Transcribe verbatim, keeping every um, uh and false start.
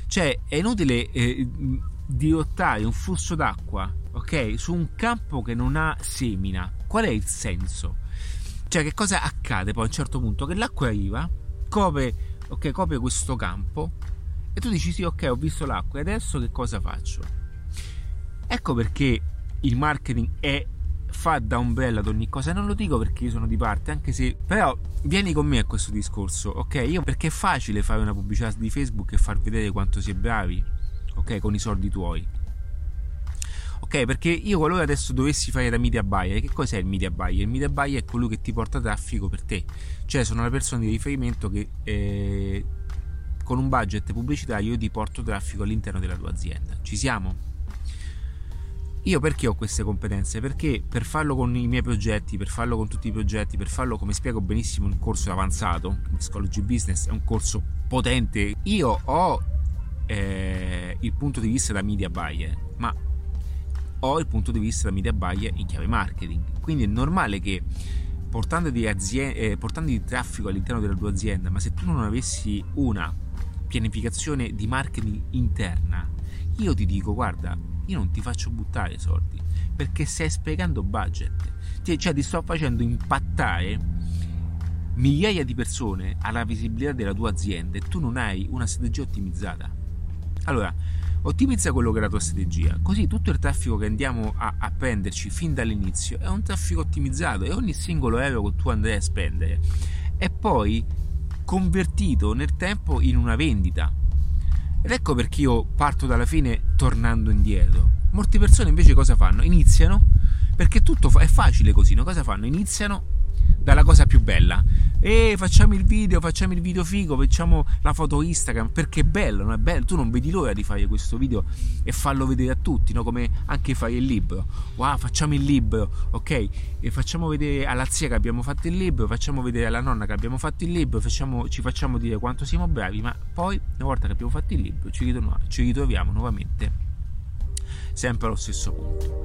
Cioè è inutile eh, dirottare un flusso d'acqua, ok, su un campo che non ha semina. Qual è il senso? Cioè che cosa accade poi a un certo punto? Che l'acqua arriva, copre, ok, copre questo campo e tu dici sì, ok, ho visto l'acqua e adesso che cosa faccio? Ecco perché il marketing è fa da ombrella ad ogni cosa. Non lo dico perché io sono di parte, anche se però vieni con me a questo discorso, ok? Io perché è facile fare una pubblicità di Facebook e far vedere quanto si è bravi, ok, con i soldi tuoi. Ok, perché io qualora adesso dovessi fare da media buyer, che cos'è il media buyer? Il media buyer è colui che ti porta traffico per te, cioè sono la persona di riferimento che eh, con un budget pubblicitario io ti porto traffico all'interno della tua azienda. Ci siamo? Io perché ho queste competenze? Perché per farlo con i miei progetti, per farlo con tutti i progetti, per farlo, come spiego benissimo, in un corso avanzato, Psychology Business è un corso potente. Io ho eh, il punto di vista da media buyer, ma ho il punto di vista da media buyer in chiave marketing. Quindi è normale che portando di, azienda, eh, portando di traffico all'interno della tua azienda, ma se tu non avessi una pianificazione di marketing interna, io ti dico, guarda, io non ti faccio buttare soldi perché stai sprecando budget, cioè ti sto facendo impattare migliaia di persone alla visibilità della tua azienda e tu non hai una strategia ottimizzata. Allora ottimizza quello che è la tua strategia, così tutto il traffico che andiamo a, a prenderci fin dall'inizio è un traffico ottimizzato e ogni singolo euro che tu andrai a spendere è poi convertito nel tempo in una vendita. Ed ecco perché io parto dalla fine tornando indietro. Molte persone invece cosa fanno? Iniziano, perché tutto è facile così, no? Cosa fanno? Iniziano dalla cosa più bella. E facciamo il video, facciamo il video figo, facciamo la foto Instagram, perché è bello, no? È bello. Tu non vedi l'ora di fare questo video e farlo vedere a tutti, no? Come anche fare il libro. Wow, facciamo il libro, ok? E facciamo vedere alla zia che abbiamo fatto il libro, facciamo vedere alla nonna che abbiamo fatto il libro, facciamo, ci facciamo dire quanto siamo bravi, ma poi una volta che abbiamo fatto il libro ci ritroviamo, ci ritroviamo nuovamente sempre allo stesso punto.